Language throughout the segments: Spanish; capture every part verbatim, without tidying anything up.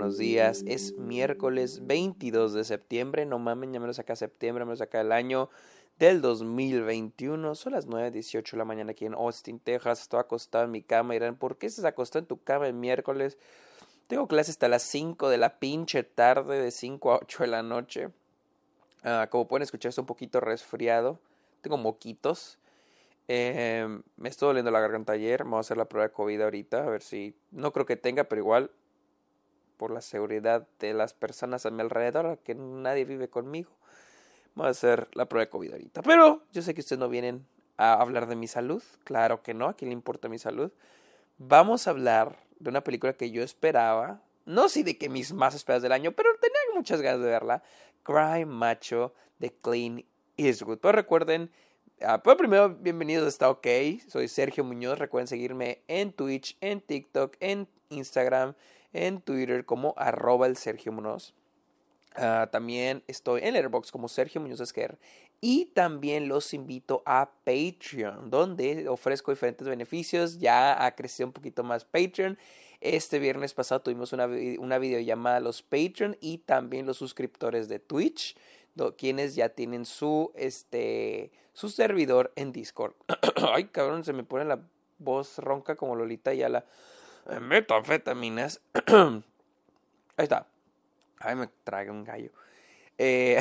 buenos días. Es miércoles veintidós de septiembre. No mames, ya me lo saca septiembre, me lo saca el año del dos mil veintiuno. Son las nueve dieciocho de la mañana aquí en Austin, Texas. Estoy acostado en mi cama. Dirán, ¿por qué se acostó en tu cama el miércoles? Tengo clase hasta las cinco de la pinche tarde, de cinco a ocho de la noche. Uh, como pueden escuchar, estoy un poquito resfriado. Tengo moquitos. Eh, me estuvo doliendo la garganta ayer. Vamos a hacer la prueba de COVID ahorita. A ver si... No creo que tenga, pero igual, por la seguridad de las personas a mi alrededor, que nadie vive conmigo, vamos a hacer la prueba de COVID ahorita. Pero yo sé que ustedes no vienen a hablar de mi salud. Claro que no. ¿A quién le importa mi salud? Vamos a hablar de una película que yo esperaba. No sé de que mis más esperadas del año, pero tenía muchas ganas de verla. Cry Macho de Clint Eastwood. Pero recuerden... Uh, pues primero, bienvenidos a Está OK. Soy Sergio Muñoz. Recuerden seguirme en Twitch, en TikTok, en Instagram, en Twitter como arroba el Sergio Muñoz. Uh, también estoy en Letterboxd como Sergio Muñoz Esquer. Y también los invito a Patreon, donde ofrezco diferentes beneficios. Ya ha crecido un poquito más Patreon. Este viernes pasado tuvimos una, una videollamada a los Patreon y también los suscriptores de Twitch, do, quienes ya tienen su, este, su servidor en Discord. Ay, cabrón, se me pone la voz ronca como Lolita Ayala. Metanfetaminas. Ahí está. Ay, me traga un gallo. Eh,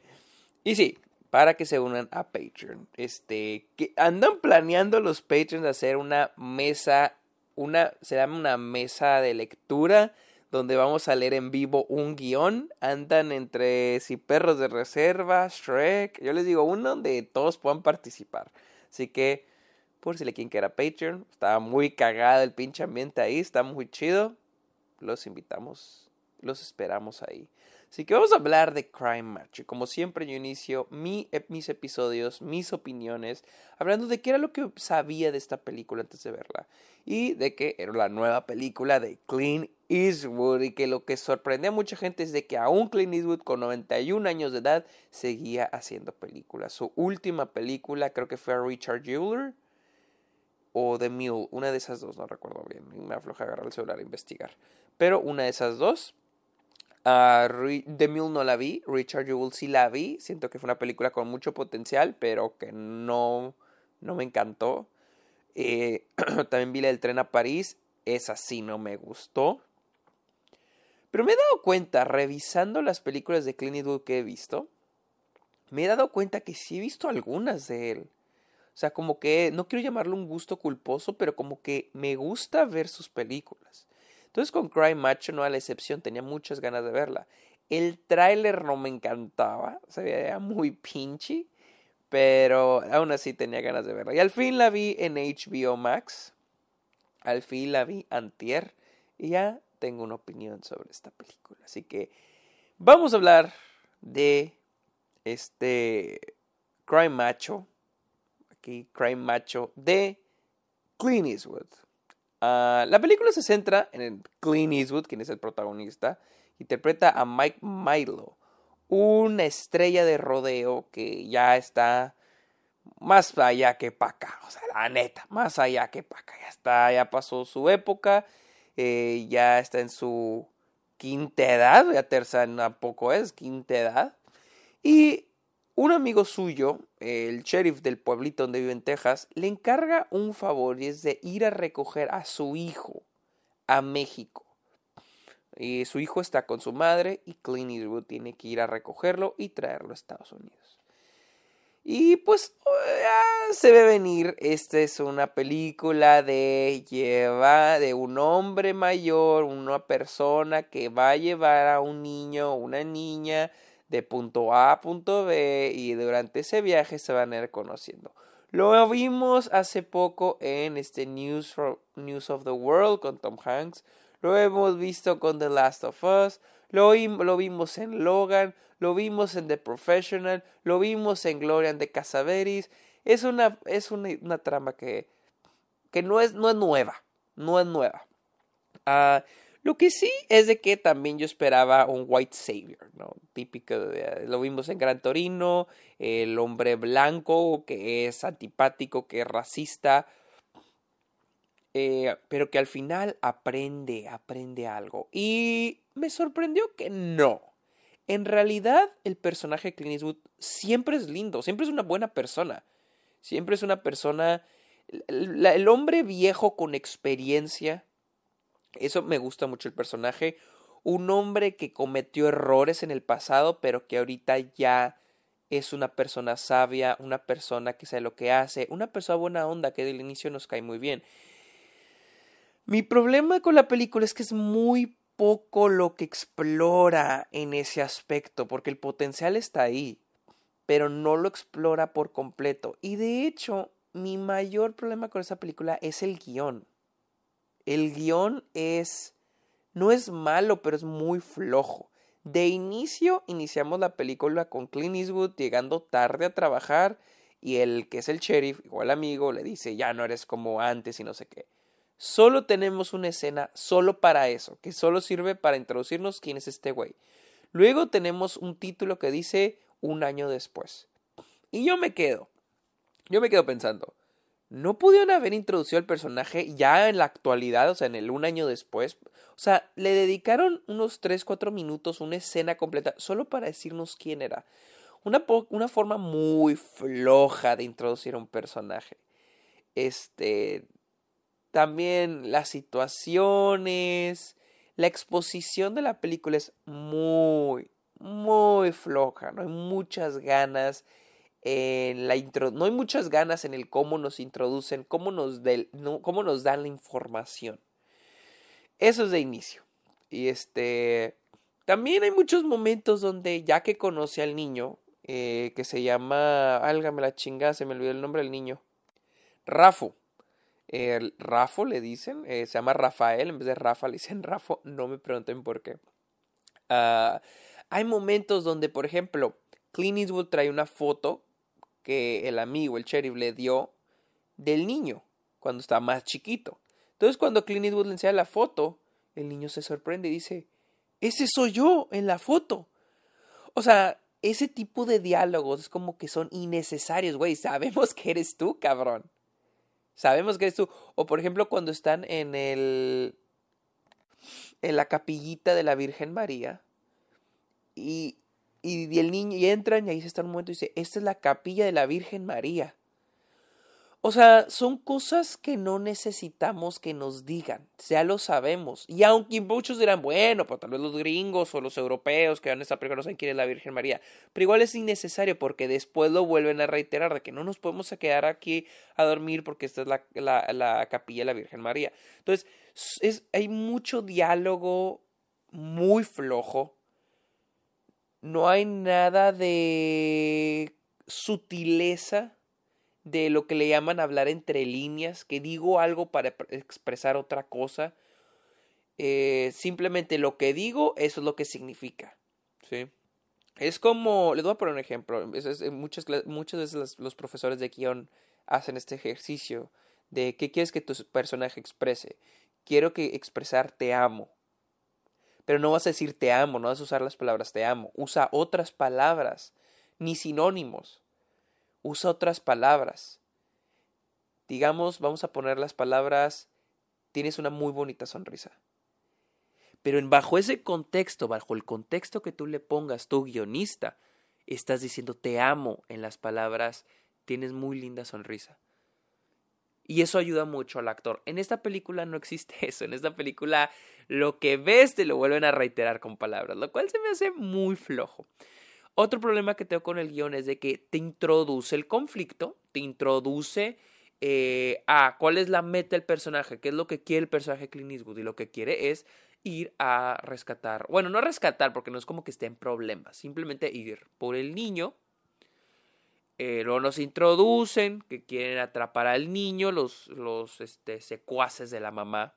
y sí, para que se unan a Patreon. Este, que andan planeando los Patreons hacer una mesa, una, se llama una mesa de lectura, donde vamos a leer en vivo un guión. Andan entre Si Perros de Reserva, Shrek. Yo les digo, uno donde todos puedan participar. Así que, por si le quieren que era Patreon, está muy cagado el pinche ambiente ahí, está muy chido. Los invitamos, los esperamos ahí. Así que vamos a hablar de Cry Macho. Como siempre yo inicio mi, mis episodios, mis opiniones, hablando de qué era lo que sabía de esta película antes de verla. Y de que era la nueva película de Clint Eastwood. Y que lo que sorprende a mucha gente es de que aún Clint Eastwood con noventa y un años de edad seguía haciendo películas. Su última película creo que fue a Richard Jewell o The Mule. Una de esas dos, no recuerdo bien. Me afloja agarrar el celular a investigar. Pero una de esas dos. Uh, The Mule no la vi, Richard Jewell sí la vi, siento que fue una película con mucho potencial, pero que no, no me encantó. Eh, también vi la del Tren a París, esa sí no me gustó. Pero me he dado cuenta, revisando las películas de Clint Eastwood que he visto, me he dado cuenta que sí he visto algunas de él. O sea, como que, no quiero llamarlo un gusto culposo, pero como que me gusta ver sus películas. Entonces con Cry Macho no a la excepción, tenía muchas ganas de verla. El tráiler no me encantaba, se veía muy pinchy, pero aún así tenía ganas de verla. Y al fin la vi en H B O Max, al fin la vi antier, y ya tengo una opinión sobre esta película. Así que vamos a hablar de este Cry Macho, aquí Cry Macho de Clint Eastwood. Uh, la película se centra en Clint Eastwood, quien es el protagonista. Interpreta a Mike Milo, una estrella de rodeo que ya está más allá que para acá. O sea, la neta, más allá que para acá. Ya está, ya pasó su época, eh, ya está en su quinta edad, ya tercera tampoco es, quinta edad. Y un amigo suyo, el sheriff del pueblito donde vive en Texas, le encarga un favor y es de ir a recoger a su hijo a México. Y su hijo está con su madre y Clint Eastwood tiene que ir a recogerlo y traerlo a Estados Unidos. Y pues ya se ve venir, esta es una película de lleva de un hombre mayor, una persona que va a llevar a un niño o una niña de punto A a punto B y durante ese viaje se van a ir conociendo. Lo vimos hace poco en este News, for, News of the World con Tom Hanks. Lo hemos visto con The Last of Us. Lo, lo vimos en Logan. Lo vimos en The Professional. Lo vimos en Gloria de Casaveris. Es una, es una, una trama que, que no, es, no es nueva. No es nueva. Uh, Lo que sí es de que también yo esperaba un white savior, ¿no? Típico, de, lo vimos en Gran Torino, el hombre blanco que es antipático, que es racista. eh, pero que al final aprende, aprende algo. Y me sorprendió que no. En realidad, el personaje de Clint Eastwood siempre es lindo, siempre es una buena persona. Siempre es una persona, el, el hombre viejo con experiencia. Eso me gusta mucho el personaje. Un hombre que cometió errores en el pasado, pero que ahorita ya es una persona sabia, una persona que sabe lo que hace, una persona buena onda que del inicio nos cae muy bien. Mi problema con la película es que es muy poco lo que explora en ese aspecto, porque el potencial está ahí, pero no lo explora por completo. Y de hecho, mi mayor problema con esa película es el guión. El guión es... no es malo, pero es muy flojo. De inicio, iniciamos la película con Clint Eastwood llegando tarde a trabajar y el que es el sheriff, o el amigo, le dice, ya no eres como antes y no sé qué. Solo tenemos una escena solo para eso, que solo sirve para introducirnos quién es este güey. Luego tenemos un título que dice un año después. Y yo me quedo, yo me quedo pensando, ¿no pudieron haber introducido al personaje ya en la actualidad, o sea, en el un año después? O sea, le dedicaron unos tres cuatro minutos, una escena completa, solo para decirnos quién era. Una, una forma muy floja de introducir a un personaje. Este... También las situaciones, la exposición de la película es muy, muy floja. No hay muchas ganas en la intro, no hay muchas ganas en el cómo nos introducen, cómo nos, del, no, cómo nos dan la información. Eso es de inicio. Y este, también hay muchos momentos donde ya que conoce al niño, eh, que se llama, álgame la chingada, se me olvidó el nombre del niño, Rafu. El Rafo le dicen, eh, se llama Rafael, en vez de Rafa le dicen Rafo, no me pregunten por qué. Uh, hay momentos donde, por ejemplo, Clint Eastwood trae una foto que el amigo, el sheriff, le dio del niño cuando estaba más chiquito. Entonces, cuando Clint Eastwood le enseña la foto, el niño se sorprende y dice, ¡ese soy yo en la foto! O sea, ese tipo de diálogos es como que son innecesarios, güey. Sabemos que eres tú, cabrón. Sabemos que eres tú. O por ejemplo, cuando están en el... en la capillita de la Virgen María. Y, y el niño... y entran y ahí se está un momento y dice, esta es la capilla de la Virgen María. O sea, son cosas que no necesitamos que nos digan. Ya lo sabemos. Y aunque muchos dirán, bueno, pues tal vez los gringos o los europeos que van a esta película no saben quién es la Virgen María. Pero igual es innecesario porque después lo vuelven a reiterar de que no nos podemos quedar aquí a dormir porque esta es la, la, la capilla de la Virgen María. Entonces, es, hay mucho diálogo muy flojo. No hay nada de sutileza, de lo que le llaman hablar entre líneas, que digo algo para expresar otra cosa. Eh, simplemente lo que digo, eso es lo que significa. ¿Sí? Es como, les voy a poner un ejemplo. Es, es, muchas, muchas veces los, los profesores de guión hacen este ejercicio de qué quieres que tu personaje exprese. Quiero que expresar te amo. Pero no vas a decir te amo, no vas a usar las palabras te amo. Usa otras palabras, ni sinónimos. Usa otras palabras. Digamos, vamos a poner las palabras, tienes una muy bonita sonrisa. Pero en bajo ese contexto, bajo el contexto que tú le pongas, tu guionista, estás diciendo te amo en las palabras, tienes muy linda sonrisa. Y eso ayuda mucho al actor. En esta película no existe eso. En esta película lo que ves te lo vuelven a reiterar con palabras, lo cual se me hace muy flojo. Otro problema que tengo con el guión es de que te introduce el conflicto, te introduce eh, a cuál es la meta del personaje, qué es lo que quiere el personaje de Clint Eastwood, y lo que quiere es ir a rescatar, bueno, no rescatar porque no es como que esté en problemas, simplemente ir por el niño. Eh, luego nos introducen que quieren atrapar al niño, los, los este, secuaces de la mamá.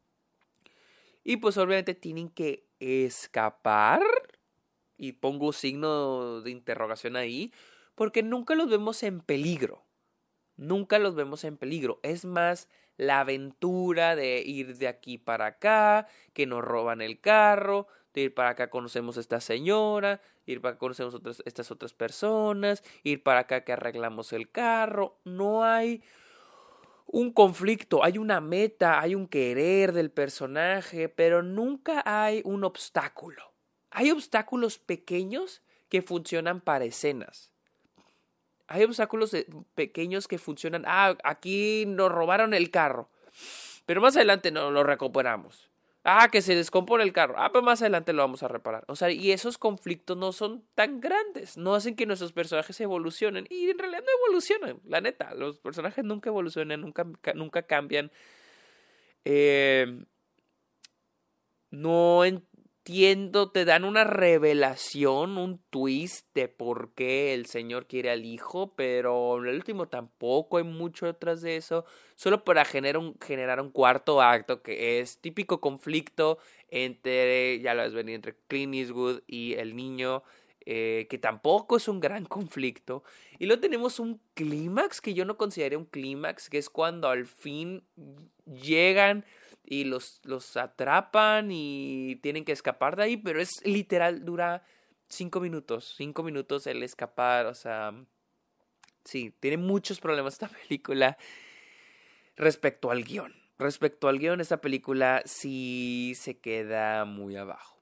Y pues obviamente tienen que escapar. Y pongo signo de interrogación ahí. Porque nunca los vemos en peligro. Nunca los vemos en peligro. Es más la aventura de ir de aquí para acá. Que nos roban el carro. De ir para acá conocemos a esta señora. Ir para acá conocemos otras, estas otras personas. Ir para acá que arreglamos el carro. No hay un conflicto, hay una meta, hay un querer del personaje, pero nunca hay un obstáculo. Hay obstáculos pequeños que funcionan para escenas. Hay obstáculos pequeños que funcionan. Ah, aquí nos robaron el carro, pero más adelante no lo recuperamos. Ah, que se descompone el carro. Ah, pero más adelante lo vamos a reparar. O sea, y esos conflictos no son tan grandes. No hacen que nuestros personajes evolucionen. Y en realidad no evolucionan. La neta, los personajes nunca evolucionan, nunca, nunca cambian. Eh, no entiendo, te dan una revelación, un twist de por qué el señor quiere al hijo, pero en el último tampoco hay mucho detrás de eso, solo para generar un, generar un cuarto acto que es típico conflicto entre, ya lo ves venir, entre Clint Eastwood y el niño, eh, que tampoco es un gran conflicto, y luego tenemos un clímax que yo no consideraría un clímax, que es cuando al fin llegan y los, los atrapan y tienen que escapar de ahí, pero es literal, dura cinco minutos, cinco minutos el escapar, o sea, sí, tiene muchos problemas esta película respecto al guión. Respecto al guión, esta película sí se queda muy abajo.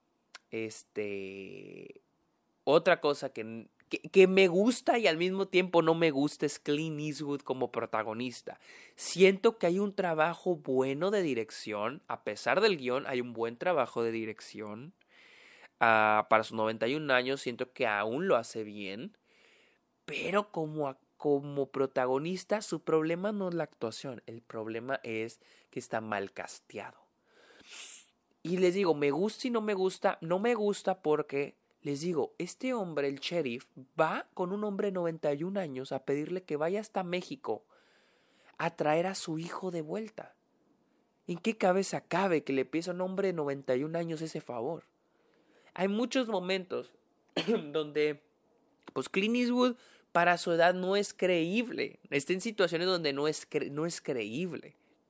Este, otra cosa que Que, que me gusta y al mismo tiempo no me gusta es Clint Eastwood como protagonista. Siento que hay un trabajo bueno de dirección, a pesar del guión, hay un buen trabajo de dirección. Uh, para sus noventa y un años siento que aún lo hace bien, pero como, como protagonista su problema no es la actuación, el problema es que está mal casteado. Y les digo, me gusta y no me gusta, no me gusta porque... Les digo, este hombre, el sheriff, va con un hombre de noventa y un años a pedirle que vaya hasta México a traer a su hijo de vuelta. ¿En qué cabeza cabe que le pida a un hombre de noventa y un años ese favor? Hay muchos momentos donde, pues, Clint Eastwood para su edad no es creíble. Está en situaciones donde no es, cre- no es creíble.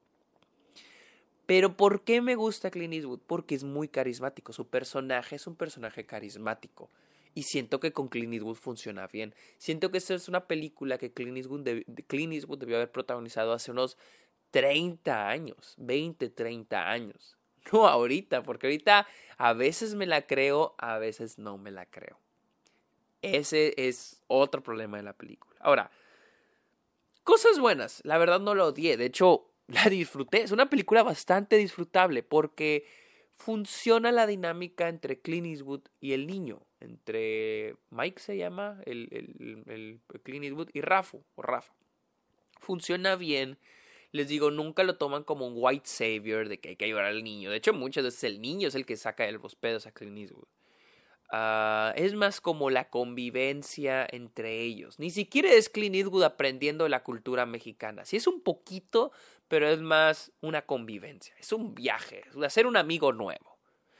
Pero ¿por qué me gusta Clint Eastwood? Porque es muy carismático. Su personaje es un personaje carismático. Y siento que con Clint Eastwood funciona bien. Siento que esta es una película que Clint Eastwood, deb- Clint Eastwood debió haber protagonizado hace unos treinta años. veinte, treinta años. No ahorita, porque ahorita a veces me la creo, a veces no me la creo. Ese es otro problema de la película. Ahora, cosas buenas. La verdad no lo odié. De hecho... la disfruté, es una película bastante disfrutable porque funciona la dinámica entre Clint Eastwood y el niño, entre Mike se llama, el, el, el, el Clint Eastwood y Rafa, o Rafa. Funciona bien, les digo, nunca lo toman como un white savior de que hay que ayudar al niño, de hecho muchas veces el niño es el que saca de los pedos a Clint Eastwood. Uh, es más como la convivencia entre ellos. Ni siquiera es Clint Eastwood aprendiendo la cultura mexicana. Sí es un poquito, pero es más una convivencia. Es un viaje, es hacer un amigo nuevo.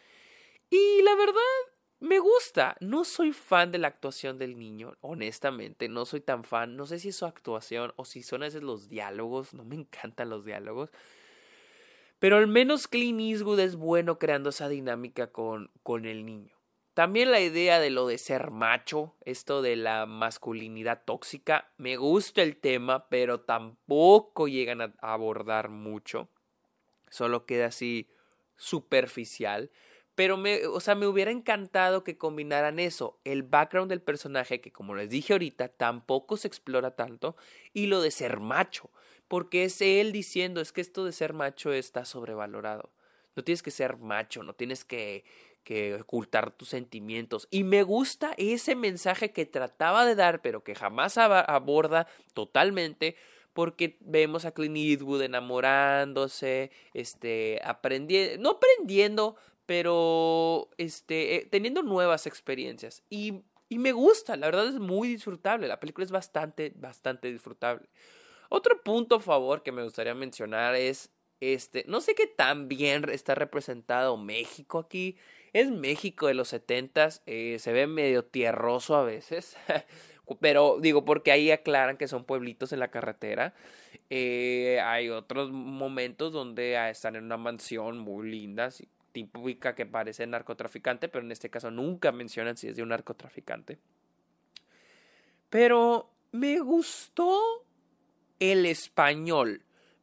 Y la verdad, me gusta. No soy fan de la actuación del niño, honestamente. No soy tan fan. No sé si es su actuación o si son a veces los diálogos. No me encantan los diálogos. Pero al menos Clint Eastwood es bueno creando esa dinámica con, con el niño. También la idea de lo de ser macho, esto de la masculinidad tóxica, me gusta el tema, pero tampoco llegan a abordar mucho. Solo queda así superficial. Pero me, o sea, me hubiera encantado que combinaran eso, el background del personaje, que como les dije ahorita, tampoco se explora tanto, y lo de ser macho. Porque es él diciendo, es que esto de ser macho está sobrevalorado. No tienes que ser macho, no tienes que, que ocultar tus sentimientos. Y me gusta ese mensaje que trataba de dar, pero que jamás ab- aborda totalmente, porque vemos a Clint Eastwood enamorándose, este, aprendiendo, no aprendiendo, pero este, eh, teniendo nuevas experiencias. Y, y me gusta, la verdad es muy disfrutable. La película es bastante, bastante disfrutable. Otro punto a favor que me gustaría mencionar es, este, no sé qué tan bien está representado México aquí. Es México de los setentas, eh, se ve medio tierroso a veces, pero digo porque ahí aclaran que son pueblitos en la carretera. Eh, hay otros momentos donde ah, están en una mansión muy linda, típica que parece narcotraficante, pero en este caso nunca mencionan si es de un narcotraficante. Pero me gustó el español.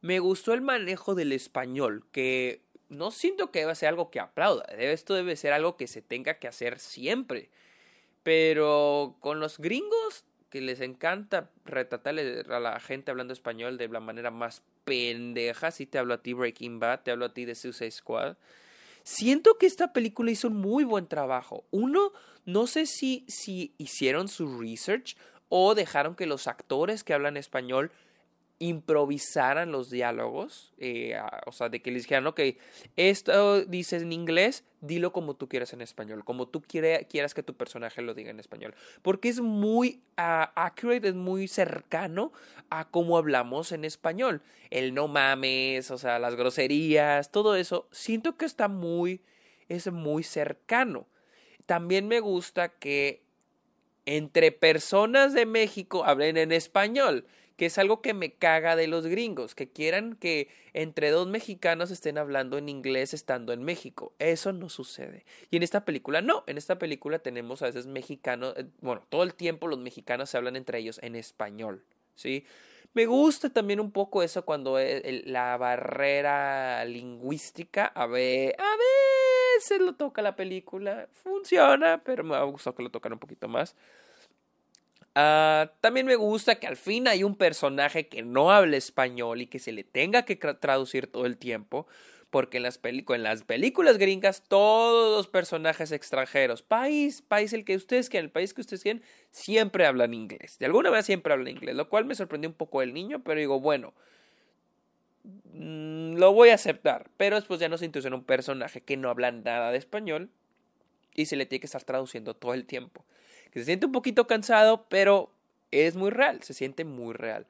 Me gustó el manejo del español, que no siento que deba ser algo que aplauda. Esto debe ser algo que se tenga que hacer siempre. Pero con los gringos, que les encanta retratarle a la gente hablando español de la manera más pendeja. Si te hablo a ti Breaking Bad, te hablo a ti de Suicide Squad. Siento que esta película hizo un muy buen trabajo. Uno, no sé si, si hicieron su research o dejaron que los actores que hablan español improvisaran los diálogos, eh, o sea, de que les dijeran, ok, esto dices en inglés, dilo como tú quieras en español, como tú quiere, quieras que tu personaje lo diga en español, porque es muy uh, accurate, es muy cercano a cómo hablamos en español, el no mames, o sea, las groserías, todo eso, siento que está muy, es muy cercano. También me gusta que entre personas de México hablen en español, que es algo que me caga de los gringos, que quieran que entre dos mexicanos estén hablando en inglés estando en México. Eso no sucede. Y en esta película no, en esta película tenemos a veces mexicanos, bueno, todo el tiempo los mexicanos se hablan entre ellos en español, ¿sí? Me gusta también un poco eso cuando el, la barrera lingüística, a ver, a veces lo toca la película, funciona, pero me ha gustado que lo tocan un poquito más. Uh, también me gusta que al fin hay un personaje que no hable español y que se le tenga que traducir todo el tiempo, porque en las, en las películas gringas todos los personajes extranjeros, país, país el que ustedes quieran, el país que ustedes quieran, siempre hablan inglés, de alguna manera siempre hablan inglés, lo cual me sorprendió un poco el niño, pero digo, bueno, mmm, lo voy a aceptar, pero después ya nos introducen un personaje que no habla nada de español y se le tiene que estar traduciendo todo el tiempo. Que se siente un poquito cansado, pero es muy real, se siente muy real.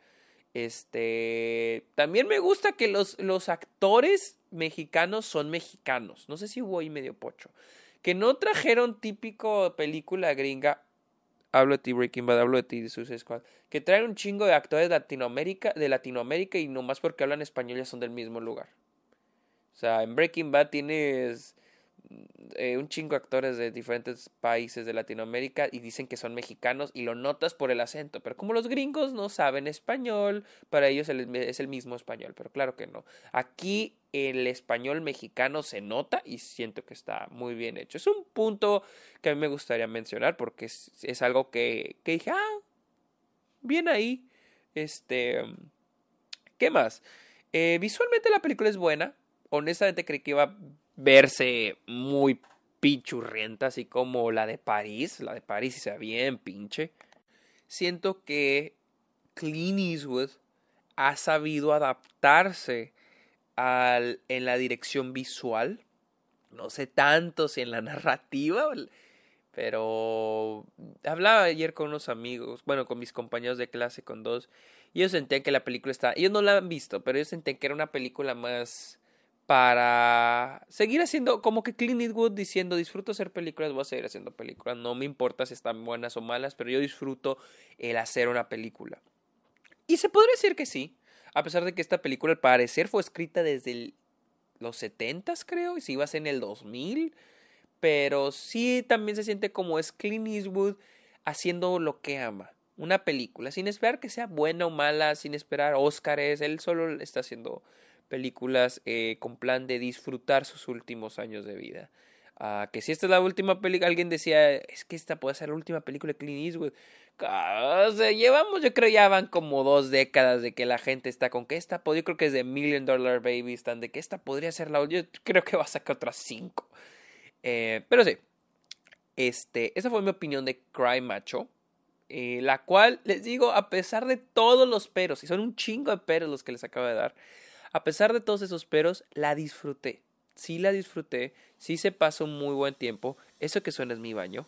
Este, también me gusta que los, los actores mexicanos son mexicanos. No sé si hubo ahí medio pocho. Que no trajeron típico película gringa. Hablo de ti Breaking Bad, hablo de ti de Suicide Squad. Que traen un chingo de actores de Latinoamérica, de Latinoamérica y nomás porque hablan español ya son del mismo lugar. O sea, en Breaking Bad tienes Eh, un chingo de actores de diferentes países de Latinoamérica y dicen que son mexicanos y lo notas por el acento, pero como los gringos no saben español, para ellos es el mismo español, pero claro que no. Aquí el español mexicano se nota y siento que está muy bien hecho. Es un punto que a mí me gustaría mencionar porque es, es algo que, que dije, ah, bien ahí. Este, ¿qué más? Eh, visualmente la película es buena. Honestamente creí que iba a verse muy pichurrienta, así como la de París. La de París se ve bien pinche. Siento que Clint Eastwood ha sabido adaptarse al, en la dirección visual. No sé tanto si en la narrativa, pero hablaba ayer con unos amigos, bueno, con mis compañeros de clase, con dos, y ellos sentían que la película está, ellos no la han visto, pero ellos sentían que era una película más para seguir haciendo, como que Clint Eastwood diciendo, disfruto hacer películas, voy a seguir haciendo películas, no me importa si están buenas o malas, pero yo disfruto el hacer una película. Y se podría decir que sí, a pesar de que esta película al parecer fue escrita desde el, los setentas, creo, y si ibas en el dos mil, pero sí también se siente como es Clint Eastwood haciendo lo que ama, una película, sin esperar que sea buena o mala, sin esperar Óscares, él solo está haciendo películas eh, con plan de disfrutar sus últimos años de vida. Uh, que si esta es la última película, alguien decía, es que esta puede ser la última película de Clint Eastwood. O sea, llevamos, yo creo ya van como dos décadas de que la gente está con que esta, yo creo que es de Million Dollar Baby, están de que esta podría ser la última, yo creo que va a sacar otras cinco. Eh, pero sí, este, esa fue mi opinión de Cry Macho. Eh, la cual, les digo, a pesar de todos los peros, y son un chingo de peros los que les acabo de dar, a pesar de todos esos peros, la disfruté. Sí la disfruté, sí se pasó un muy buen tiempo. Eso que suena es mi baño.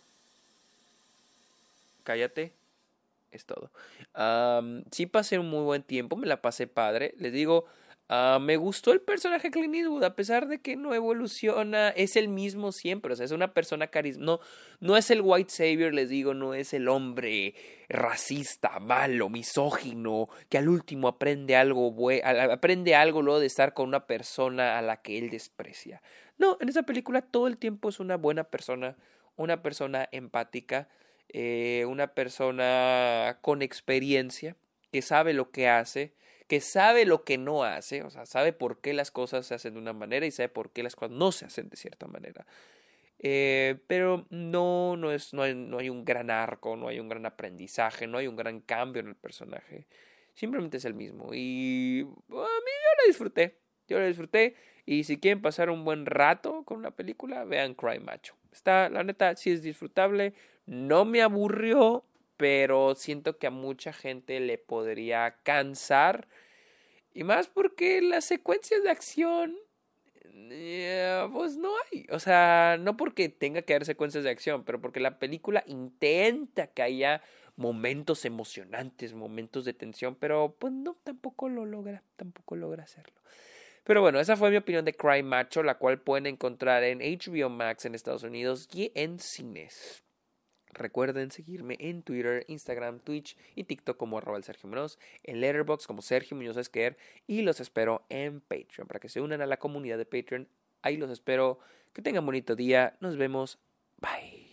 Cállate, es todo. Um, sí pasé un muy buen tiempo, me la pasé padre. Les digo, uh, me gustó el personaje Clint Eastwood, a pesar de que no evoluciona, es el mismo siempre. O sea, es una persona carismática. No, no es el white savior, les digo, no es el hombre racista, malo, misógino, que al último aprende algo, bue- aprende algo luego de estar con una persona a la que él desprecia. No, en esa película todo el tiempo es una buena persona, una persona empática, eh, una persona con experiencia, que sabe lo que hace, que sabe lo que no hace, o sea, sabe por qué las cosas se hacen de una manera y sabe por qué las cosas no se hacen de cierta manera. Eh, pero no, no, es, no, hay, no hay un gran arco, no hay un gran aprendizaje, no hay un gran cambio en el personaje. Simplemente es el mismo. Y a mí yo lo disfruté. Yo lo disfruté. Y si quieren pasar un buen rato con una película, vean Cry Macho. Está, la neta, sí es disfrutable. No me aburrió, pero siento que a mucha gente le podría cansar. Y más porque las secuencias de acción, eh, pues no hay. O sea, no porque tenga que haber secuencias de acción, pero porque la película intenta que haya momentos emocionantes, momentos de tensión, pero pues no, tampoco lo logra, tampoco logra hacerlo. Pero bueno, esa fue mi opinión de Cry Macho, la cual pueden encontrar en H B O Max en Estados Unidos y en cines. Recuerden seguirme en Twitter, Instagram, Twitch y TikTok como arroba el Sergio Muñoz, en Letterboxd como Sergio Muñoz Esquer, y los espero en Patreon para que se unan a la comunidad de Patreon. Ahí los espero. Que tengan bonito día. Nos vemos. Bye.